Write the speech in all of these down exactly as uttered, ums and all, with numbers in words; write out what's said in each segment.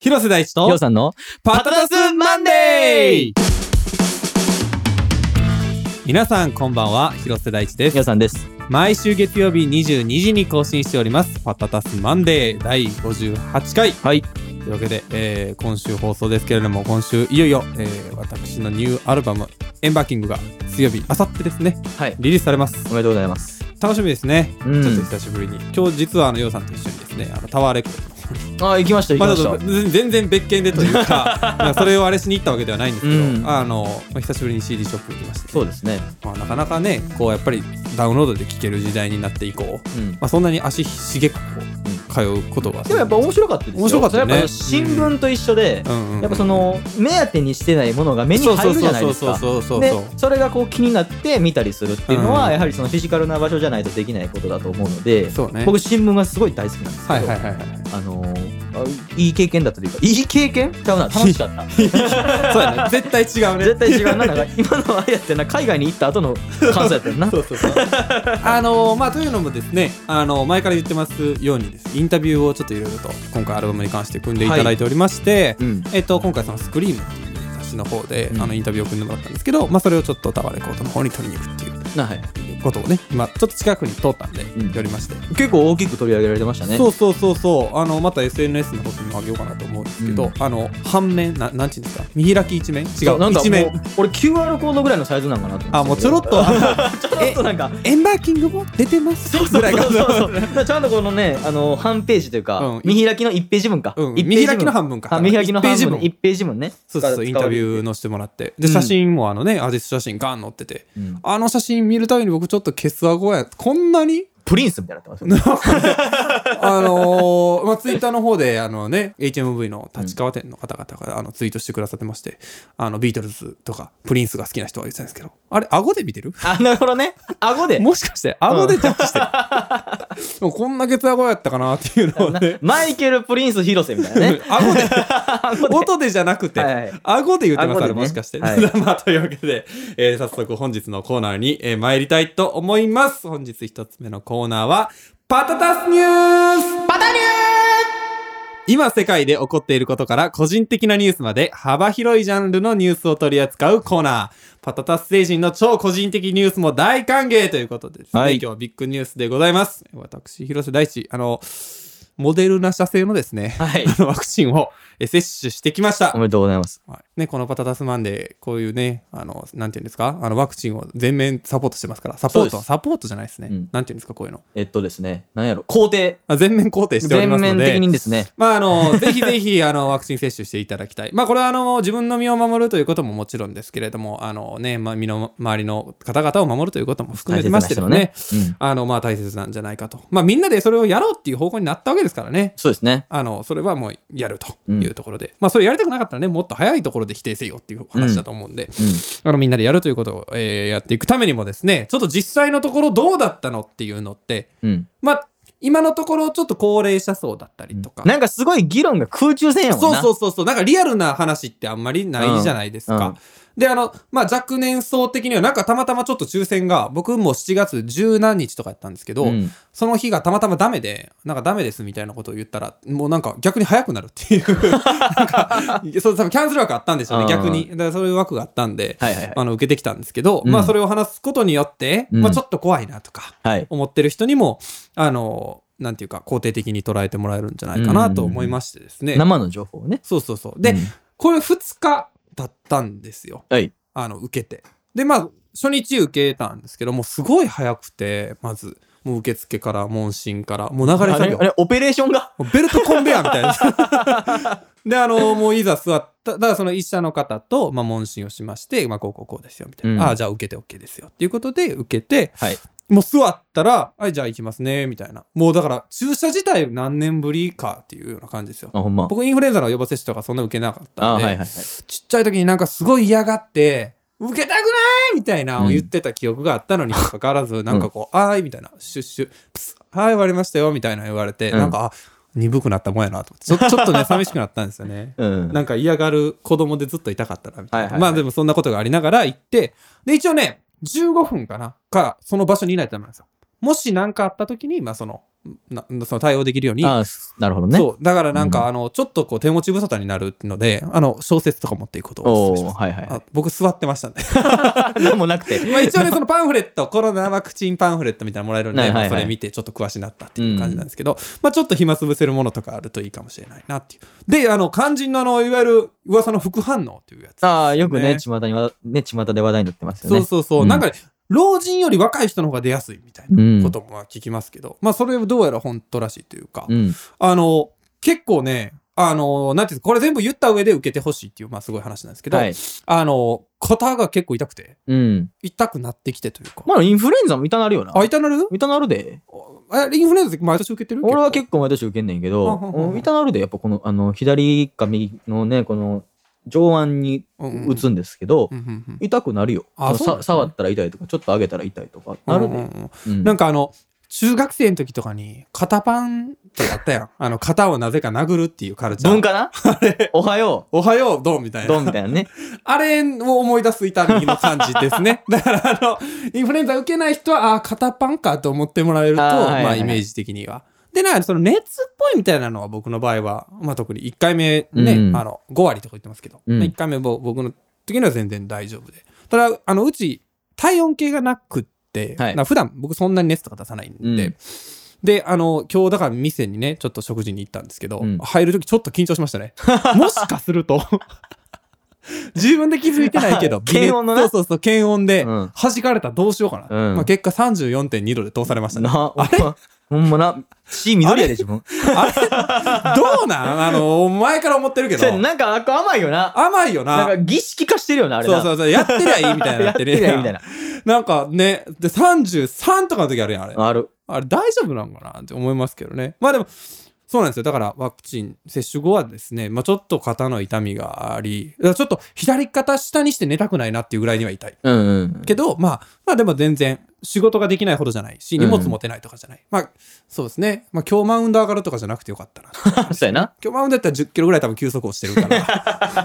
広瀬大地とりょうさんのパタタスマンデー。皆さんこんばんは、広瀬大地です。 りょうさんです。 毎週月曜日にじゅうにじに更新しておりますパタタスマンデーだいごじゅうはちかい。 はい。 というわけで、えー、今週放送ですけれども、今週いよいよ、えー、私のニューアルバムエンバーキングが水曜日、あさってですね、 はい。 リリースされます。 おめでとうございます。 楽しみですね、 うん、 ちょっと久しぶりに。今日実はあのヨウさんと一緒にですね、あのタワーレコードのあ、行きました行きました、まあ、全然別件でというかそれをあれしに行ったわけではないんですけど、うん、あの久しぶりに シーディー ショップに行きまして、ね、 そうですね、 まあ、なかなかねこうやっぱりダウンロードで聴ける時代になって以降、うん、まあ、そんなに足しげくこう通うことが、 でもやっぱ面白かったですよ。 面白かったよね。 やっぱ新聞と一緒で、うん、やっぱその目当てにしてないものが目に入るじゃないですか。でそれがこう気になって見たりするっていうのは、うん、やはりそのフィジカルな場所じゃないとできないことだと思うので、そう、ね、僕新聞がすごい大好きなんですけど、はいはいはいはい、あのー、いい経験だったというか、いい経験ちゃうな、楽しかったそうやね、絶対違うね絶対違うな。なんか今のあれやってな、海外に行った後の感想やったよなそうそうそうあのー、まあというのもですね、あのー、前から言ってますようにです、インタビューをちょっといろいろと今回アルバムに関して組んでいただいておりまして、はい、うん、えっと、今回そのスクリームっていう雑誌の方で、うん、あのインタビューを組んでもらったんですけど、まあ、それをちょっとタワーレコードの方に取りに行くっていう、はい、ことをね、今ちょっと近くに通ったんで、うん、寄りまして、 結構大きく取り上げられてましたね。 そうそうそうそう、あのまた エスエヌエス の方にもあげようかなと思うんですけど、うん、あの半面な、なんていうんですか、見開き一面、違う、 なんか一面、 俺 キューアール コードぐらいのサイズなんかなと思って、 あ、もうちょろっとちょろっとなんかエンバーキングも出てますぐらいかそうそうそうそうちゃんとこのね、あの半ページというか、うん、見開きのいちページ分か、 うん、見開きの半分か、 見開きの半分いちページ分ね、 そうそうそう、インタビュー載せてもらって、で写真もあのね、アーティスト写真ガン載ってて、うん、あの写真見るたびに僕ちょっとケツアゴや、こんなにプリンスみたいになってますよあのー、まあ、ツイッターの方であのね エイチエムブイ の立川店の方々があのツイートしてくださってまして、あのビートルズとかプリンスが好きな人は言ってたんですけど、あれ顎で見てる？ あ、なるほどね、顎でもしかして顎でジャッジしてる、うん、もうこんなケツ顎やったかなっていうのをね、 マイケル・プリンス広瀬みたいなね顎で音でじゃなくて、はいはい、顎で言ってますから、ね、もしかして、はいまあ、というわけで、えー、早速本日のコーナーに、えー、参りたいと思います。本日一つ目のコーナーはパタタスニュース。 パタニュース。 今世界で起こっていることから個人的なニュースまで幅広いジャンルのニュースを取り扱うコーナー、パタタス星人の超個人的ニュースも大歓迎ということでですね、はい、今日はビッグニュースでございます。私広瀬大地、あのモデルナ社製のですね、はい、あのワクチンを接種してきました。 おめでとうございます。 はい、ね、このパタタスマンでこういうね、あのなんていうんですか、あのワクチンを全面サポートしてますから、サポートサポートじゃないですね、うん、なんていうんですか、こういうの、 えっとですね、なんやろ、肯定、 あ、全面肯定しておりますので、 全面的にですね、 まああのぜひぜひあのワクチン接種していただきたい。まあこれはあの自分の身を守るということももちろんですけれども、あのね、まあ、身の周りの方々を守るということも含めてましてですね、うん、あのまあ大切なんじゃないかと。まあみんなでそれをやろうっていう方向になったわけですからね。 そうですね。 あのそれはもうやるというところで、うん、まあそれやりたくなかったらね、もっと早いところで否定せよっていう話だと思うんで、うんうん、あのみんなでやるということを、えー、やっていくためにもですね、ちょっと実際のところどうだったのっていうのって、うん、まあ今のところちょっと高齢者層だったりとか、 うん、なんかすごい議論が空中戦やもんな。 そうそうそうそう、なんかリアルな話ってあんまりないじゃないですか、うんうん、で、あのまあ若年層的にはなんかたまたまちょっと抽選が、僕もしちがつ十何日とかやったんですけど、うん、その日がたまたまダメで、なんかダメですみたいなことを言ったら、もうなんか逆に早くなるっていうなんかそう多分キャンセル枠あったんでしょうね、逆に。だからそういう枠があったんで、はいはいはい、あの受けてきたんですけど、うん、まあそれを話すことによって、うん、まあちょっと怖いなとか思ってる人にも、はい、あのなんていうか肯定的に捉えてもらえるんじゃないかなと思いましてですね、 うん、生の情報をね。 そうそうそう。で、うん、これふつかだったんですよ、はい、あの受けて。でまあ初日受けたんですけども、すごい早くて、まずもう受付から問診からもう流れ作業、 あれあれオペレーションがベルトコンベヤーみたいなで、あのもういざ座った、だからその医者の方と、まあ、問診をしまして、まあ、こうこうこうですよみたいな、うん、ああじゃあ受けて OK ですよっていうことで受けて、はい、もう座ったら、はい、じゃあ行きますねみたいな。もうだから注射自体何年ぶりかっていうような感じですよ。あ、ほんま。僕インフルエンザの予防接種とかそんな受けなかったんで、あ、はいはいはい、ちっちゃい時になんかすごい嫌がって受けたくないみたいなのを言ってた記憶があったのにもかかわらず、うん、なんかこう、あーいみたいな、シュッシュ、プス、はい終わりましたよみたいな言われて、うん、なんか、あ、鈍くなったもんやなと思って、ちょ、ちょっとね寂しくなったんですよね、うん、なんか嫌がる子供でずっといたかったなみたいな、はいはいはい、まあでもそんなことがありながら行って、で一応ねじゅうごふんかなかその場所にいないとダメなんですよ。 もし何かあった時に、まあその、なその対応できるように。 ああ、なるほどね。 そう。だからなんか、うん、あの、ちょっとこう手持ち無沙汰になるので、あの、小説とか持っていくことをお勧めします。はいはい、はい。僕座ってましたね。 なんもなくて。 まあ一応ね、そのパンフレット、コロナワクチンパンフレットみたいなのもらえるんで、はいはいはい、まあ、それ見てちょっと詳しになったっていう感じなんですけど、うん、まあちょっと暇つぶせるものとかあるといいかもしれないなっていう。で、あの、肝心のあの、いわゆる噂の副反応っていうやつ、ね。ああ、よくね、巷には、ね、巷で話題になってますよね。 そうそうそう。うん、なんかね、老人より若い人の方が出やすいみたいなことも聞きますけど、うん、まあそれどうやら本当らしいというか、うん、あの、結構ね、あの、なんていうか、これ全部言った上で受けてほしいっていう、まあすごい話なんですけど、はい、あの、肩が結構痛くて、うん、痛くなってきてというか。 まあインフルエンザも痛なるよな。 あ、痛なる痛なるで。 あ、インフルエンザ毎年受けてる？ 俺は結構毎年受けんねんけど、痛なるで、やっぱこの、あの、左か右のね、この、上腕に打つんですけど、うんうん、痛くなるよ。あ、そう、ね、触ったら痛いとか、ちょっと上げたら痛いとか、なるで、 うんうん。なんかあの、中学生の時とかに、肩パンってあったやん。あの、肩をなぜか殴るっていうカルチャー。 文化なあれ。おはよう。おはよう、ドンみたいな。 ドンみたいなね。 あれを思い出す痛みの感じですね。だからあの、インフルエンザ受けない人は、あ、肩パンかと思ってもらえると、あ、はいはいはい、まあイメージ的には。で、なんかその熱っぽいみたいなのは僕の場合は、まあ特にいっかいめね、うん、あの、ご割とか言ってますけど、うん、いっかいめ僕の時には全然大丈夫で。ただ、あの、うち体温計がなくって、はい、普段僕そんなに熱とか出さないんで、うん、で、あの、今日だから店にね、ちょっと食事に行ったんですけど、うん、入る時ちょっと緊張しましたね。もしかすると、自分で気づいてないけど、 検温のね。 そうそうそう、検温で、弾かれたらどうしようかな。うん、まあ、結果 さんじゅうよんてんに 度で通されましたね。 なあれほんまな、血緑やで自分。 あれどうなんあの、前から思ってるけど。 なんか甘いよな。 甘いよな。 なんか儀式化してるよな、あれな。 そうそうそう、やってりゃいいみたいな。 やってりゃいいみたいな。 なんかね、で、さんじゅうさんとかの時あるやん、あれ。 ある。 あれ大丈夫なんかなって思いますけどね。まあでも、そうなんですよ。だからワクチン接種後はですね、まあちょっと肩の痛みがあり、ちょっと左肩下にして寝たくないなっていうぐらいには痛い。うんうん、けど、まあ、まあでも全然仕事ができないほどじゃないし、荷物持てないとかじゃない。うん、まあ、そうですね。まあ今日マウンド上がるとかじゃなくてよかったな。 そうやな。 今日マウンドやったらじゅっキロぐらい多分休息をしてるから。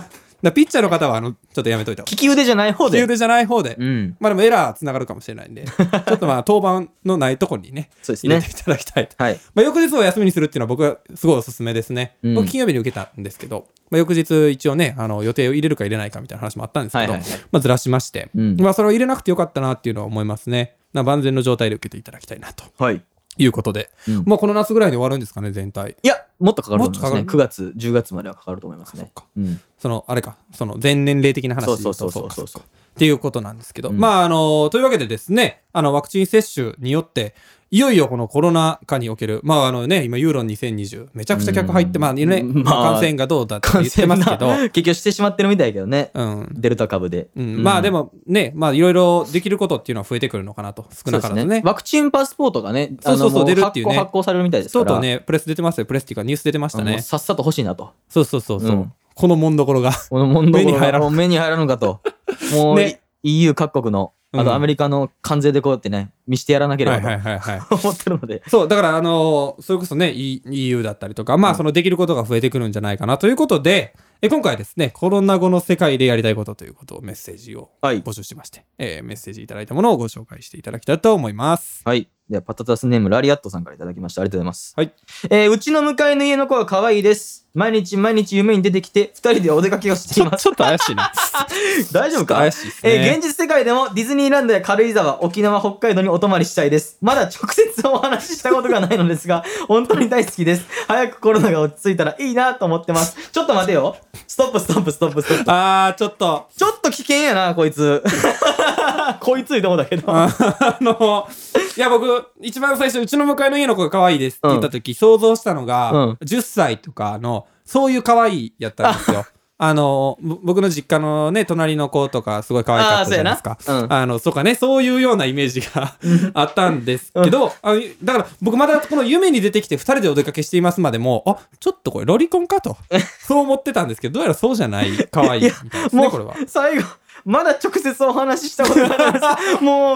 だピッチャーの方はあのちょっとやめといた方が利き腕じゃない方で利き腕じゃない方で、うん、まあでもエラーつながるかもしれないんでちょっとまあ登板のないとこにねそうですね入れていただきたい、はい、まあ、翌日を休みにするっていうのは僕はすごいおすすめですね、うん、僕金曜日に受けたんですけど、まあ、翌日一応ねあの予定を入れるか入れないかみたいな話もあったんですけど、はいはいはい、まあ、ずらしまして、うん、まあそれを入れなくてよかったなっていうのは思いますね。万全の状態で受けていただきたいなと、はい、いうことで、うん、まあこの夏ぐらいに終わるんですかね全体。 いやもっとかかると思いますね。くがつじゅうがつまではかかると思いますね。 そっか、うん、そのあれかその全年齢的な話そうそうそうそうそうそうっていうことなんですけど、うん、まああのというわけでですねあのワクチン接種によっていよいよこのコロナ禍におけるまああのね今ユーロにせんにじゅうめちゃくちゃ客入ってまあね、まあ、感染がどうだって言ってますけど結局してしまってるみたいけどね、うん、デルタ株で、 うんうん、まあでもねまあいろいろできることっていうのは増えてくるのかなと少なからず ね, ねワクチンパスポートがねそうそうそう出るっていうね発行されるみたいですからそうとねプレス出てますよプレスっていうかニュース出てましたねさっさと欲しいなとそうそうそうそう、うん、このもんどころがこのもんどころが目に入らぬかともう、ね、イーユー 各国のあとアメリカの関税でこうやってね見してやらなければと、はいはいはいはい、思ってるのでそうだからあのー、それこそね イーユー だったりとかまあそのできることが増えてくるんじゃないかなということで、え今回ですねコロナ後の世界でやりたいことということをメッセージを募集しまして、はい、えー、メッセージいただいたものをご紹介していただきたいと思います。 はいではパタタスネームラリアットさんからいただきましたありがとうございます、 はいえー、うちの向かいの家の子は可愛いです。毎日毎日夢に出てきてふたりでお出かけをしています。 ちょっと怪しいな大丈夫か怪しいですね、 えー、現実世界でもディズニーランドや軽井沢沖縄北海道にお泊まりしたいです。まだ直接お話ししたことがないのですが本当に大好きです。早くコロナが落ち着いたらいいなと思ってます。ちょっと待てよストップストップストップストップあーちょっとちょっと危険やなこいつこいついとこだけどあのいや僕一番最初うちの向かいの家の子が可愛いですって言った時、うん、想像したのが、うん、じゅっさいとかのそういう可愛いやったんですよあの僕の実家のね隣の子とかすごい可愛かったじゃないですか。あ、うん、あのそうかねそういうようなイメージがあったんですけど、うん、あだから僕まだこの夢に出てきてふたりでお出かけしていますまでもあちょっとこれロリコンかとそう思ってたんですけどどうやらそうじゃない可愛いみたいですねこれは。 最後まだ直接お話ししたことがないですもう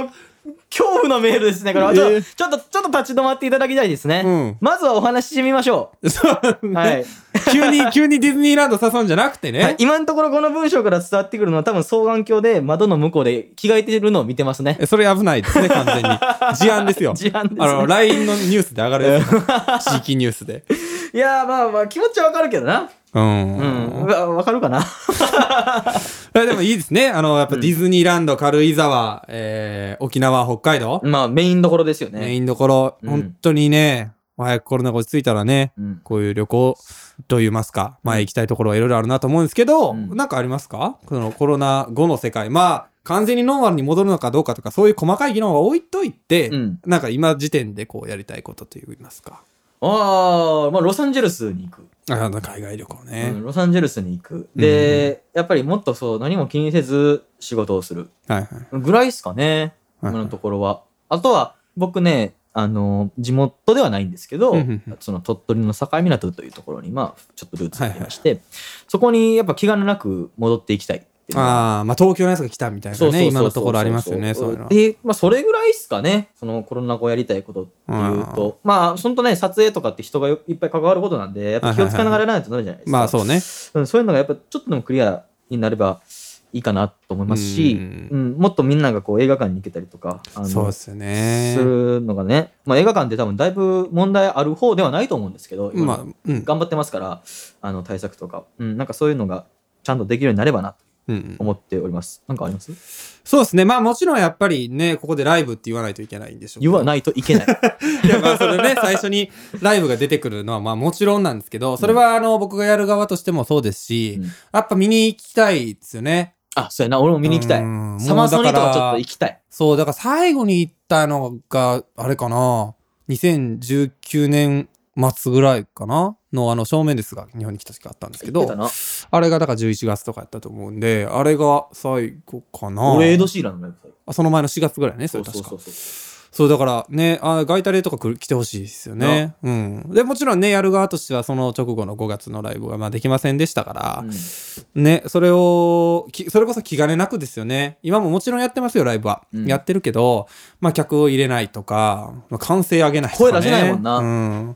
恐怖のメールですねこれは、えー、ちょっとちょっと立ち止まっていただきたいですね、うん、まずはお話ししてみましょうそう、 ね、はい、急に急にディズニーランド誘うんじゃなくてね、はい、 今のところこの文章から伝わってくるのは多分双眼鏡で窓の向こうで着替えてるのを見てますね。 それ危ないですね完全に事案ですよ事案です、ね、 あの ライン のニュースで上がるやつ地域ニュースでいやまあまあ気持ちはわかるけどなうん、うん、わかるかなでもいいですね。あの、やっぱディズニーランド、軽井沢、えー、沖縄、北海道。 まあ、メインどころですよね。 メインどころ。うん、本当にね、早くコロナが落ち着いたらね、うん、こういう旅行といいますか、まあ行きたいところはいろいろあるなと思うんですけど、うん、なんかありますか？このコロナ後の世界。まあ、完全にノーマルに戻るのかどうかとか、そういう細かい議論は置いといて、うん、なんか今時点でこうやりたいことといいますか。 ああ、まあロサンゼルスに行く。 ああ、海外旅行ね、 うん。ロサンゼルスに行く。で、うん、やっぱりもっとそう、何も気にせず仕事をする。はいはい。ぐらいですかね。今のところは。あとは、僕ね、あの、地元ではないんですけど、その鳥取の境港というところに、まあ、ちょっとルーツがありまして、はいはい、そこにやっぱ気兼ねなく戻っていきたい。 ああ、まあ東京のやつが来たみたいなね、今のところありますよね、そういうの。 で、まあそれぐらいですかね、そのコロナ後やりたいことっていうと、まあ、ほんとね、撮影とかって人がいっぱい関わることなんで、やっぱ気をつけながらやらないとなるじゃないですか。 まあそうね。 うん、そういうのがやっぱちょっとでもクリアになればいいかなと思いますし、うん、もっとみんながこう映画館に行けたりとか、あのそうですよね。 するのがね、まあ映画館って多分だいぶ問題ある方ではないと思うんですけど、 まあうん、 頑張ってますから、あの対策とか、うん、なんかそういうのがちゃんとできるようになればなと。うんうん、思っております。なんかあります？ そうですね。まあもちろんやっぱりね、ここでライブって言わないといけないんでしょう。 言わないといけない。 いやまあそれね、最初にライブが出てくるのはまあもちろんなんですけど、それはあの僕がやる側としてもそうですし、うん、やっぱ見に行きたいですよね。 あ、そうやな。俺も見に行きたい。サマソニとかちょっと行きたい。 そう、だから最後に行ったのが、あれかな、にせんじゅうきゅうねん末ぐらいかなのあの正面ですが日本に来た時があったんですけど、あれがだからじゅういちがつとかやったと思うんで、あれが最後かな。 俺エドシーランのライブ。 あ、その前のしがつぐらいね、それ確か。そうそうそうそう。そうだからね、あガイタレとか来てほしいですよね。うん。でもちろんね、やる側としてはその直後のごがつのライブがまあできませんでしたから、うん、ね、それをそれこそ気兼ねなくですよね。今ももちろんやってますよライブは、うん、やってるけど、まあ客を入れないとか、まあ、歓声上げないとかね。 声出せないもんな。 うん。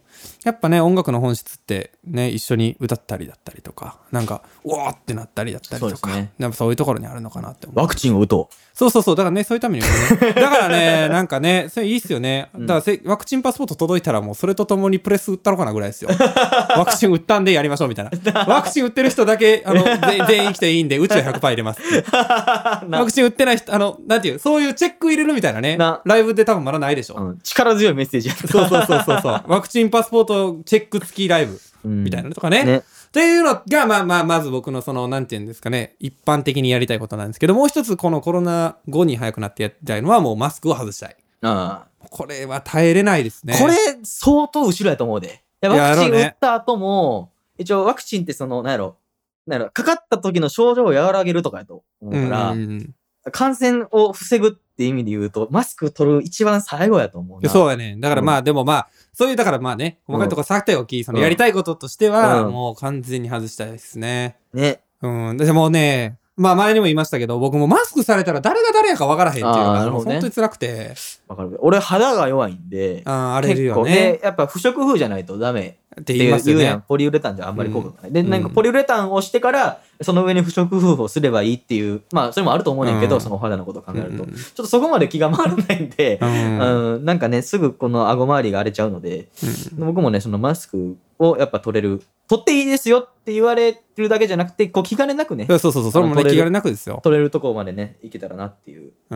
やっぱね音楽の本質ってね一緒に歌ったりだったりとかなんかうわーってなったりだったりとかそうですね、やっぱそういうところにあるのかなって思う。 ワクチンを打とう。 そうそうそうだからねそういうためにもねだからねなんかねそれいいっすよね。だからせワクチンパスポート届いたらもうそれとともにプレス打ったのかなぐらいですよワクチン打ったんでやりましょうみたいなワクチン打ってる人だけあの全員来ていいんでうちは ひゃくパーセント 入れますってワクチン打ってない人あのなんていうそういうチェック入れるみたいなねなライブで多分まだないでしょ、うん、 力強いメッセージやったそうそうそうそうそうワクチンパスポートチェック付きライブみたいなのとかね、うん、ねっていうのがまあまあまず僕のそのなんていうんですかね一般的にやりたいことなんですけど、もう一つこのコロナ後に早くなってやりたいのはもうマスクを外したい。ああこれは耐えれないですね。 これ相当後ろやと思うで。ワクチン打った後も、ね、一応ワクチンってそのなんやろなんやろかかった時の症状を和らげるとかやと思うから、うんうんうん感染を防ぐって意味で言うとマスク取る一番最後やと思うな。 そうやね。だからまあ、うん、でもまあそういうだからまあね細かいところさておき、うん、そのやりたいこととしては、うん、もう完全に外したいですね。ね。うん。でもねまあ前にも言いましたけど僕もマスクされたら誰が誰やか分からへんっていうのが、ね、本当に辛くて。 わかる。俺肌が弱いんで。 ああれるよね。 結構ねやっぱ不織布じゃないとダメ。 って言いますよね。 言うやん。ポリウレタンじゃあんまり効果がない。うん、で、なんかポリウレタンをしてから、その上に不織布をすればいいっていう、まあ、それもあると思うねんけど、うん、そのお肌のことを考えると、うん。ちょっとそこまで気が回らないんで、うんうん、なんかね、すぐこの顎周りが荒れちゃうので、うん、僕もね、そのマスクをやっぱ取れる。取っていいですよって言われるだけじゃなくて、こう気兼ねなくね。 そうそうそう、それもね、気兼ねなくですよ。 取れるところまでね、いけたらなっていう。 うん、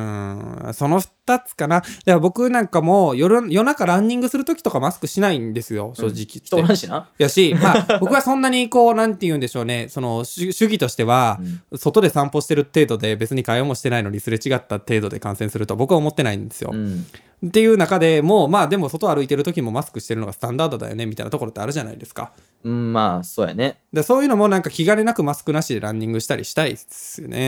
その二つかな。で僕なんかも夜、夜中ランニングするときとかマスクしないんですよ、正直。うん、 人同じな。 やし、まあ、僕はそんなにこう、なんて言うんでしょうね、その、主義としては、うん、外で散歩してる程度で別に会話もしてないのにすれ違った程度で感染すると僕は思ってないんですよ。うんっていう中でもうまあでも外歩いてる時もマスクしてるのがスタンダードだよねみたいなところってあるじゃないですか。 うん、まあそうやね。 でそういうのもなんか気兼ねなくマスクなしでランニングしたりしたいですよね。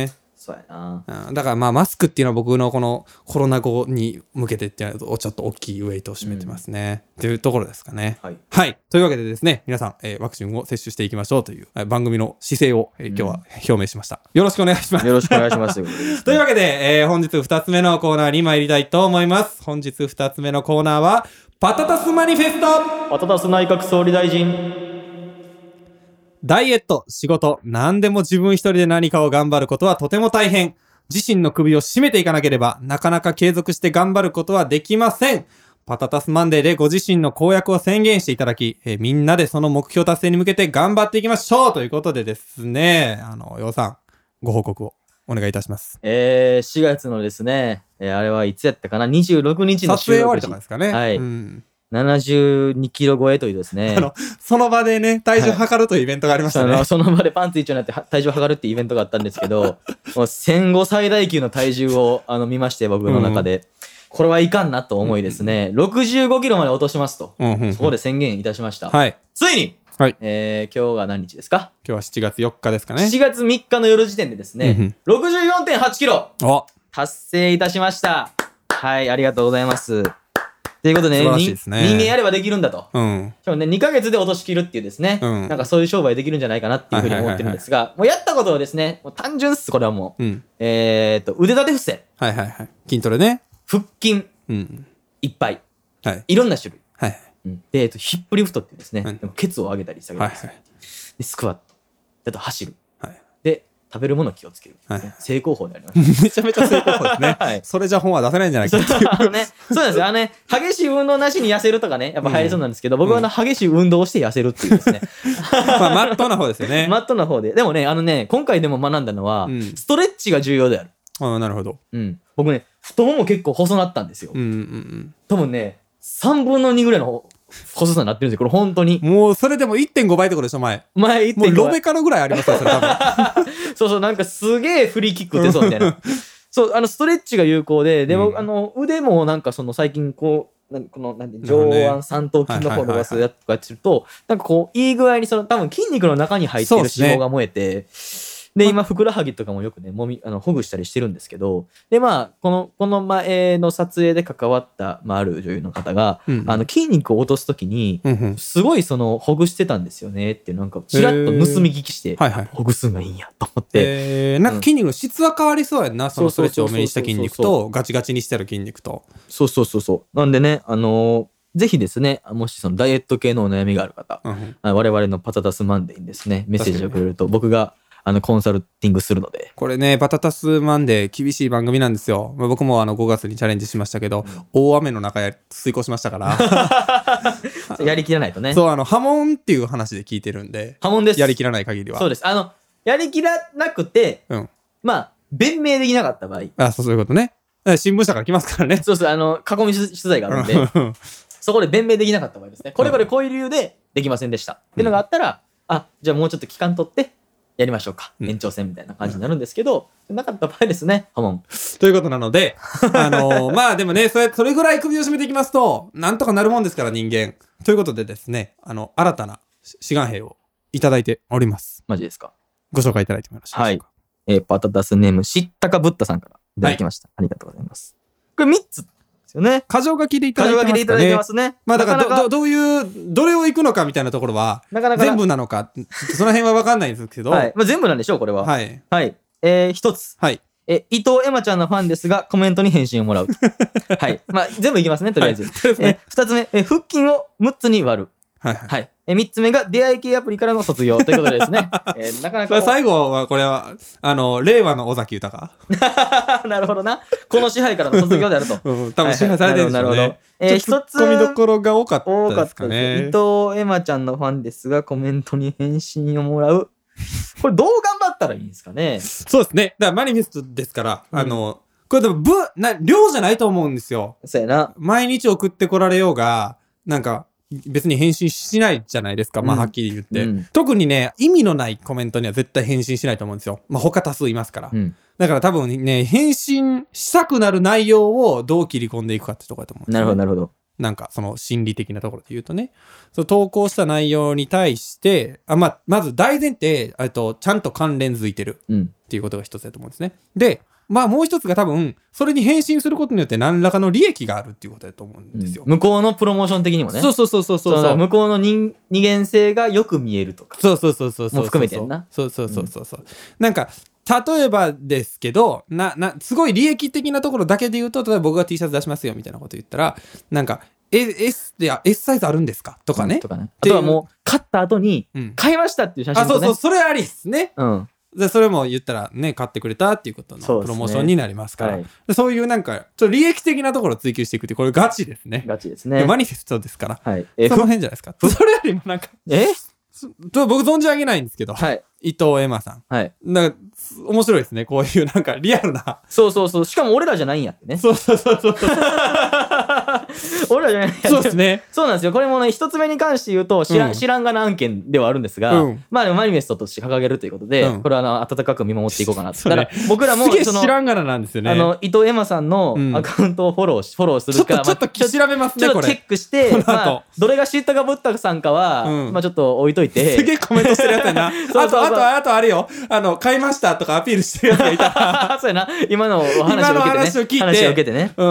そうやな、 うん、だからまあマスクっていうのは僕のこのコロナ後に向けてっていうのをちょっと大きいウェイトを占めてますね、うん、っていうところですかね。はい、はい、というわけでですね皆さん、えー、ワクチンを接種していきましょうという番組の姿勢を、えー、今日は表明しました、うん、よろしくお願いします。 よろしくお願いしますというわけで、えー、本日ふたつめのコーナーに参りたいと思います。本日ふたつめのコーナーはパタタスマニフェスト。 パタタス内閣総理大臣。 ダイエット、仕事、何でも自分一人で何かを頑張ることはとても大変。自身の首を絞めていかなければ、なかなか継続して頑張ることはできません。パタタスマンデーでご自身の公約を宣言していただき、えー、みんなでその目標達成に向けて頑張っていきましょうということでですね、あの、ようさん、ご報告をお願いいたします。 えー、しがつのですね、えー、あれはいつやったかな、にじゅうろくにちの撮影終わりとかですかね。 はい。うんななじゅうにキロ超えというですね。 あの、その場でね、体重測るというイベントがありましたね。 はい、その場でパンツ一丁になって体重測るっていうイベントがあったんですけど、もう戦後最大級の体重をあの見まして、僕の中で。うん、これはいかんなと思いですね、うん、ろくじゅうごキロまで落としますと、うんうんうん、そこで宣言いたしました。はい、ついに、はいえー、今日が何日ですか？ 今日はしちがつよっかですかね。 しちがつみっかの夜時点でですね、うんうん、ろくじゅうよんてんはちキロ達成いたしました。はい、ありがとうございます。ということで ね, でね人間やればできるんだと。うん。しかもね、にかげつで落としきるっていうですね、うん、なんかそういう商売できるんじゃないかなっていうふうに思ってるんですが、はいはいはいはい、もうやったことはですね、もう単純っす、これはもう。うん、えーっと、腕立て伏せ。 はいはいはい。筋トレね。 腹筋。うん。いっぱい。はい。いろんな種類。はい。うん、で、えーっと、ヒップリフトっていうですね、うん、ケツを上げたり下げたりする。はいはい。で、スクワット。あと走る。はい。で、食べるものを気をつける、ね。はい。正攻法でありました。 めちゃめちゃ正攻法ですね。はい。それじゃ本は出せないんじゃないかっていう。 あのね、そうなんですよ。あのね、激しい運動なしに痩せるとかね、やっぱ入りそうなんですけど、うん、僕はあの、激しい運動をして痩せるっていうですね。 まあ、マットな方ですよね。 マットな方で。でもね、あのね、今回でも学んだのは、うん、ストレッチが重要である。 ああ、なるほど。 うん。僕ね、太もも結構細なったんですよ。うんうんうん。多分ね、さんぶんのにぐらいの細さになってるんですよ、これ本当に。 もうそれでも いってんご 倍ってことでしょ、前。 前いってんごばい。 もうロベカロぐらいありますよ、それ多分。 そうそう、なんかすげえフリーキック打てそうみたいな。そう、あの、ストレッチが有効で、でも、うん、あの、腕もなんかその最近こう、この、なんて、上腕三頭筋の方を伸ばすやつとかすると、なんかこう、いい具合にその、多分筋肉の中に入ってる脂肪が燃えて、で、今、ふくらはぎとかもよくね、もみ、あの、ほぐしたりしてるんですけど、で、まあ、この、この前の撮影で関わった、まあ、ある女優の方が、うんうん、あの、筋肉を落とすときに、うんうん、すごいその、ほぐしてたんですよねって、なんか、ちらっと盗み聞きして、はいはい、ほぐすんがいいんや、と思って。 えー、なんか筋肉の質は変わりそうやんな、うん、そのストレッチを多めにした筋肉と、ガチガチにしてる筋肉と。 そうそうそうそう。なんでね、あのー、ぜひですね、もしそのダイエット系のお悩みがある方、うんうん、我々のパタタスマンデーにですね、メッセージをくれると、僕が、あの、コンサルティングするので。 これね、パタタスマンデー厳しい番組なんですよ。まあ、僕もあのごがつにチャレンジしましたけど、うん、大雨の中や遂行しましたから。 やりきらないとね。 そう、あの、波紋っていう話で聞いてるんで。 波紋です。 やりきらない限りは。 そうです。あの、やりきらなくて、うん、まあ、弁明できなかった場合。 あ、そう、そういうことね。新聞社から来ますからね。 そうそう、あの、囲み取材があるんで、そこで弁明できなかった場合ですね。これこれこういう理由でできませんでした。うん、っていうのがあったら、あ、じゃあもうちょっと期間取って、やりましょうか、うん、延長戦みたいな感じになるんですけど、うん、なかった場合ですね、波紋。 ということなので、あのー、まあでもね、それ、それぐらい首を絞めていきますと、なんとかなるもんですから、人間。ということでですね、あの、新たな志願兵をいただいております。 マジですか？ ご紹介いただいてもよろしいでしょうか？はい。 えー、パタタスネーム、しったかぶったさんからいただきました。はい、ありがとうございます。これみっつ。よね。 箇条書きでいただいてますかね。箇条書きでいただいてますね。まあだからど、なかなかど、どういう、どれを行くのかみたいなところは、なかなか全部なのか、その辺は分かんないんですけど。 はい。まあ全部なんでしょう、これは。はい。はい。えー、一つ。はい。え、伊藤エマちゃんのファンですが、コメントに返信をもらう。はい。まあ全部いきますね、とりあえず。はい、え、二つ目、え、腹筋をむっつに割る。はい。はい。え、三つ目が出会い系アプリからの卒業ということでですね。えー、なかなか。 最後は、これは、あの、令和の尾崎豊。 なるほどな。この支配からの卒業であると。 うん、多分支配されてるんですよね。なるほど。えー、一つ。ツッコミどころが多かったですかね。多かったです。 伊藤エマちゃんのファンですが、コメントに返信をもらう。これどう頑張ったらいいんですかね。 そうですね。だからマニフェストですから、うん、あの、これでも、ぶ、な、量じゃないと思うんですよ。 そうやな。 毎日送ってこられようが、なんか、別に返信しないじゃないですか。まあ、はっきり言って、うん。特にね、意味のないコメントには絶対返信しないと思うんですよ。まあ、他多数いますから。うん、だから多分ね、返信したくなる内容をどう切り込んでいくかってところだと思うんですよ、ね。 なるほど、なるほど。 なんか、その心理的なところで言うとね。その投稿した内容に対して、あ、まあ、まず大前提、えっと、ちゃんと関連づいてるってっていうことが一つだと思うんですね。で、まあもう一つが多分、それに返信することによって何らかの利益があるっていうことだと思うんですよ。 うん、向こうのプロモーション的にもね。 そうそうそうそうそう。 そう向こうの人二元性がよく見えるとか。 そうそうそうそうそう。 も含めてんな。 そうそうそうそうそう。うん、なんか、例えばですけど、な、な、すごい利益的なところだけで言うと、例えば僕が T シャツ出しますよみたいなこと言ったら、なんか、S で、S サイズあるんですかとかね。うん、とかね。 あとはもう、買った後に、買いましたっていう写真とか、ね、 あ、そうそう、それありですね。 うん。 でそれも言ったらね、買ってくれたっていうことのプロモーションになりますから。そうですね。はい、そういうなんか、ちょっと利益的なところを追求していくって、これガチですね。 ガチですね。 マニフェストですから。 はい。 えー、その辺じゃないですか。それよりもなんか、 え僕存じ上げないんですけど、はい、伊藤エマさん。 はい。 なんか、面白いですね。こういうなんかリアルな。 そうそうそう。しかも俺らじゃないんやってね。 そうそうそうそう。 俺らじゃないんやって。 そうですね。 そうなんですよ。これもね、一つ目に関して言うと、知ら、うん、知らんがな案件ではあるんですが、うん、まあでもマニフェストとして掲げるということで、うん、これはあの、温かく見守っていこうかなと。だから僕らも、 その、知らんがななんですよね。 あの、伊藤エマさんのアカウントをフォローし、フォローするから、 ちょっと調べますね、これ。 ちょっとチェックして、まあ、どれが知ったかぶったさんかは、まあちょっと置いといて。 すげえコメントしてるやつやな。あと、あと、あとあれよ。あの、買いましたとかアピールしてるやつがいたら。 そうやな。今のお話を受けてね。今の話を聞いて。 話を受けてね。 うん。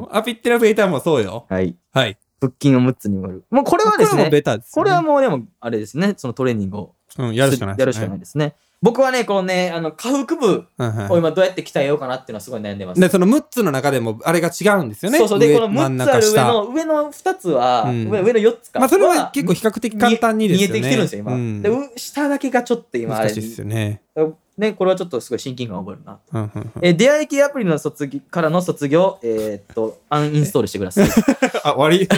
アピってるやつがいたらもうそうよ。 はい。 はい。 腹筋をむっつに割る。もうこれはですね。 これもベタですね。 これはもうでも、あれですね。そのトレーニングを。 うん、やるしかない。 やるしかないですね。僕はね、このね、あの、下腹部を今どうやって鍛えようかなっていうのはすごい悩んでます。 で、そのむっつの中でもあれが違うんですよね。 そうそう。で、このむっつある上の、上のふたつは、上のよっつか。 まあ、それは結構比較的簡単にですよね。 見えてきてるんですよ、今。で、下だけがちょっと今、 難しいですよね。 ね、これはちょっとすごい親近感を覚えるな。うんうんうん、え出会い系アプリの卒業からの卒業、えー、っと、アンインストールしてください。 あ、終わり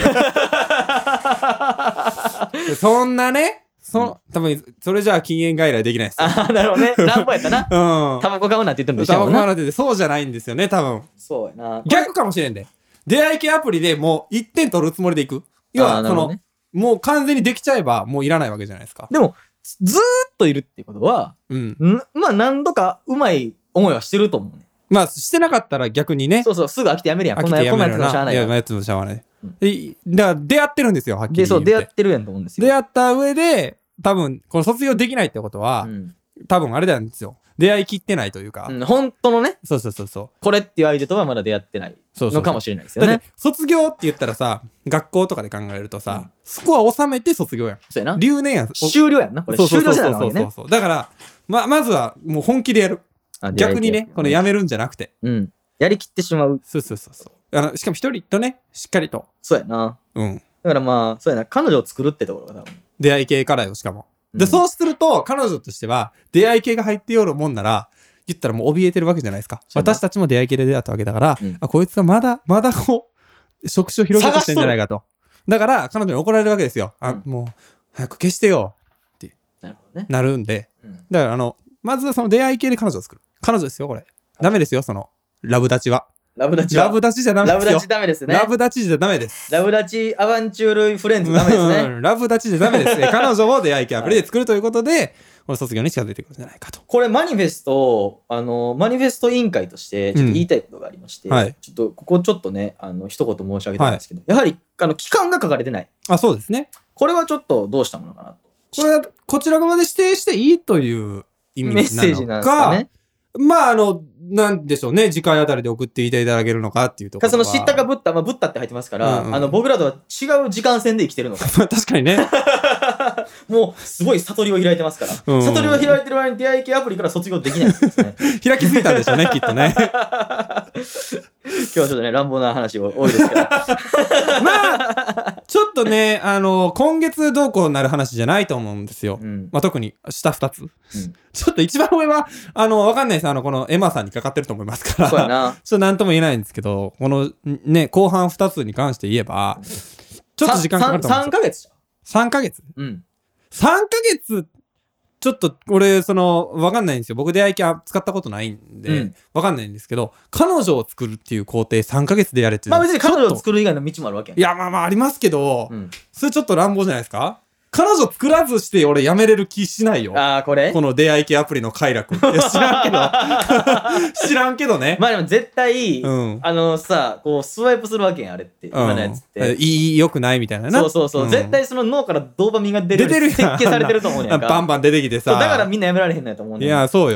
そんなね、そ、多分、それじゃあ禁煙外来できないですよ。 あ、なるほどね。乱暴やったな。うん。タバコ買うなって言ってるんでしょ。 タバコ買うなって言って、そうじゃないんですよね、多分。 そうやな。 逆かもしれんで。出会い系アプリでもういってん取るつもりでいく。要は、その、ね、もう完全にできちゃえば、もういらないわけじゃないですか。 でも、ずーっといるっていうことは、うん。まあ何度かうまい思いはしてると思うね。 まあしてなかったら逆にね。 そうそう、すぐ飽きてやめるやん。こんなやつもしゃあない。 いや、やつもしゃあない。うん、だから出会ってるんですよ、はっきり言って。 で、そう、出会ってるやんと思うんですよ。 出会った上で、多分、この卒業できないってことは、うん、多分あれなんですよ。出会いきってないというか。 うん、本当のね。 そうそうそうそう。 これっていう相手とはまだ出会ってないのかもしれないですよね。 そうそうそう。卒業って言ったらさ、学校とかで考えるとさ、うん、スコア収めて卒業やん。 そうやな。 留年やん。 終了やんな。これ終了じゃないのね。そうそうそう。 だから、ま、まずはもう本気でやる。逆にね、このやめるんじゃなくて。 うん。やりきってしまう。 そうそうそうそう。あの、しかも一人とね、しっかりと。 そうやな。 うん。 だからまあ、そうやな。彼女を作るってところが多分。 出会い系からよ、しかも。で、うん、そうすると、彼女としては、出会い系が入ってよるもんなら、言ったらもう怯えてるわけじゃないですか。私たちも出会い系で出会ったわけだから、うん、あ、こいつはまだ、まだこう、職種を広げてしてんじゃないかと。だから、彼女に怒られるわけですよ。あ、うん、もう、早く消してよ。って。なるほどね。なるんで。うん、だから、あの、まずはその出会い系で彼女を作る。彼女ですよ、これ。ダメですよ、その、ラブダチは。 ラブダチはラブダチじゃダメですよ。 ラブダチダメですね。 ラブダチじゃダメです。 ラブダチアバンチュールフレンズダメですね。 ラブダチじゃダメです。彼女を出会い系アプリで作るということで、この卒業に近づいてくるんじゃないかと。 これマニフェスト、あの、マニフェスト委員会としてちょっと言いたいことがありまして、うんはい、ちょっと、ここちょっとね、あの、一言申し上げたいんですけど、はい、やはり、あの、期間が書かれてない。 あ、そうですね。 これはちょっとどうしたものかなと。 これは、こちら側で指定していいという意味なのか。メッセージなんですかね。まあ、あの、なんでしょうね。次回あたりで送っていただけるのかっていうところは。 その知ったかぶった、まあ、ぶったって入ってますから、うんうん、あの、僕らとは違う時間線で生きてるのか。 確かにね。 もう、すごい悟りを開いてますから。うん、悟りを開いてる間に出会い系アプリから卒業できないんですね。 開きすぎたんでしょうね、きっとね。 今日はちょっとね、乱暴な話多いですけど。まあ、ちょっとね、あの、今月どうこうなる話じゃないと思うんですよ。うん、まあ、特に下二つ。うん、ちょっと一番上は、あの、わかんないです。あの、このエマさんにかかってると思いますから。 そうやな。 ちょっとなんとも言えないんですけど、このね、後半二つに関して言えば、ちょっと時間かかると思うんですよ。 さんかげつじゃん。 さんかげつうん。さんかげつ、ちょっと、俺、その、わかんないんですよ。僕出会い系使ったことないんで、うん、わかんないんですけど、彼女を作るっていう工程さんかげつでやれっていう。 まあ別に彼女を作る以外の道もあるわけやん。 いや、まあまあありますけど、うん、それちょっと乱暴じゃないですか？彼女作らずして俺やめれる気しないよ。 ああ、これこの出会い系アプリの快楽。いや知らんけど。知らんけどね。 まあでも絶対、うん、あのさ、こうスワイプするわけやん、あれって。今のやつって。 いい、良くないみたいなな。 そうそうそう。うん、絶対その脳からドーパミンが出る。 出てるやん。 設計されてると思うねんか。 バンバン出てきてさ。 だからみんなやめられへんのやと思うねん。 いや、そうよ。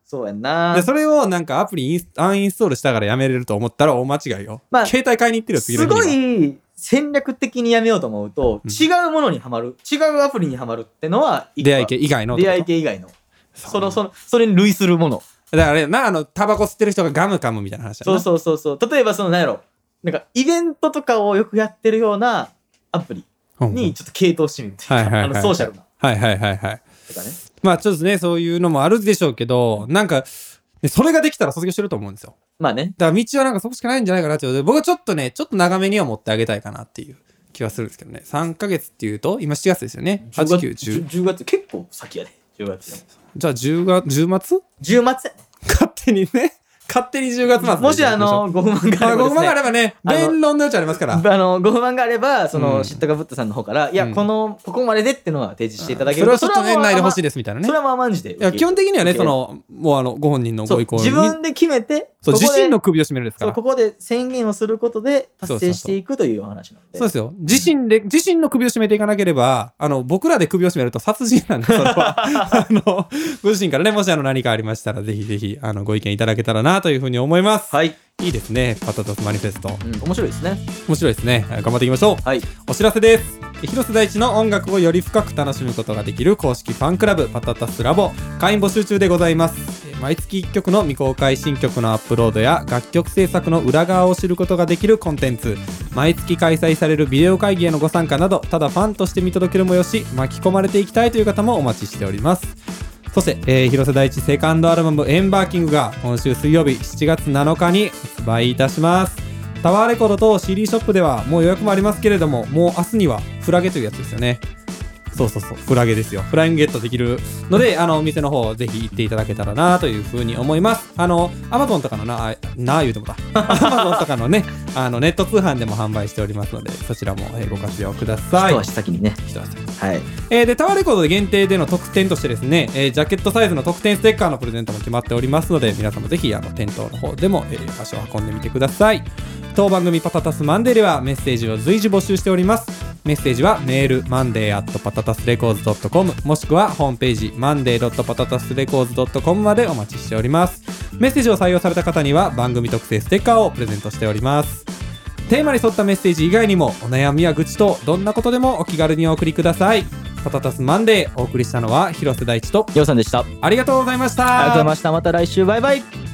そうやんな。 で、それをなんかアプリインスアンインストールしたからやめれると思ったら大間違いよ。まあ、携帯買いに行ってるよ、次の日には。 すごい戦略的にやめようと思うと、うん、違うものにはまる。違うアプリにはまるってのは、 出会い系以外の。 出会い系以外の。その、その、それに類するもの。 だからな、あの、タバコ吸ってる人がガム噛むみたいな話だな。 そうそうそうそう。例えばその、なんやろ。なんか、イベントとかをよくやってるようなアプリにちょっと傾倒してみるっていうか、はいはいはいはい、あの、ソーシャルな。 はいはいはいはい。 とかね。 まあちょっとね、そういうのもあるでしょうけど、なんか、それができたら卒業してると思うんですよ。 まあね。 だから道はなんかそこしかないんじゃないかなってことで、僕はちょっとね、ちょっと長めには持ってあげたいかなっていう気はするんですけどね。さんかげつっていうと、今しちがつですよね。はち、きゅう、じゅう。 じゅうがつ結構先やで。じゅうがつでも。 じゃあじゅうがつ、じゅう末 ?じゅう末勝手にね。勝手にじゅうがつ末。 もしあの、ご不満があれば、ね。 ご不満があればね、弁論の余地ありますから。 あの、ご不満があれば、その、シットガブットさんの方から、いや、この、ここまででってのは提示していただけると。それはちょっと年内で欲しいですみたいなね。 それはまあまんじで。 いや、基本的にはね、その、もうあの、ご本人のご意向に。 自分で決めて、 そう、自身の首を絞めるですから。 そう、ここで宣言をすることで達成していくという話なんで。 そうですよ。自身で、自身の首を絞めていかなければ、あの、僕らで首を絞めると殺人なんで、それは。あの、ご自身からね、もしあの何かありましたら、ぜひぜひ、あの、ご意見いただけたらなというふうに思います。 はい。 いいですね。パタタスマニフェスト。 うん、面白いですね。 面白いですね。頑張っていきましょう。 はい。 お知らせです。広瀬大地の音楽をより深く楽しむことができる公式ファンクラブパタタスラボ会員募集中でございます。毎月いっきょくの未公開新曲のアップロードや楽曲制作の裏側を知ることができるコンテンツ、毎月開催されるビデオ会議へのご参加など、ただファンとして見届けるもよし、巻き込まれていきたいという方もお待ちしております。そして、えー、広瀬大地セカンドアルバムエンバーキングが今週水曜日しちがつなのかに発売いたします。タワーレコードと シーディー ショップではもう予約もありますけれども、もう明日にはフラゲというやつですよね。そうそうそう、フラゲですよ。フライングゲットできるので、あの、お店の方ぜひ行っていただけたらなというふうに思います。あの、Amazon とかのな、なあ言うてもた。Amazon とかのね、あの、ネット通販でも販売しておりますので、そちらもご活用ください。 一足先にね。 一足先に。 はい。 えー、で、タワーレコードで限定での特典としてですね、えー、ジャケットサイズの特典ステッカーのプレゼントも決まっておりますので、皆さんもぜひ、あの、店頭の方でも、えー、足を運んでみてください。当番組パタタスマンデーではメッセージを随時募集しております。メッセージはメール マンデーアットパタタスレコーズドットコム もしくはホームページ マンデードットパタタスレコーズドットコム までお待ちしております。メッセージを採用された方には番組特製ステッカーをプレゼントしております。テーマに沿ったメッセージ以外にもお悩みや愚痴とどんなことでもお気軽にお送りください。パタタスマンデーお送りしたのは広瀬大地とようさんでした。 ありがとうございました。 ありがとうございました。また来週バイバイ。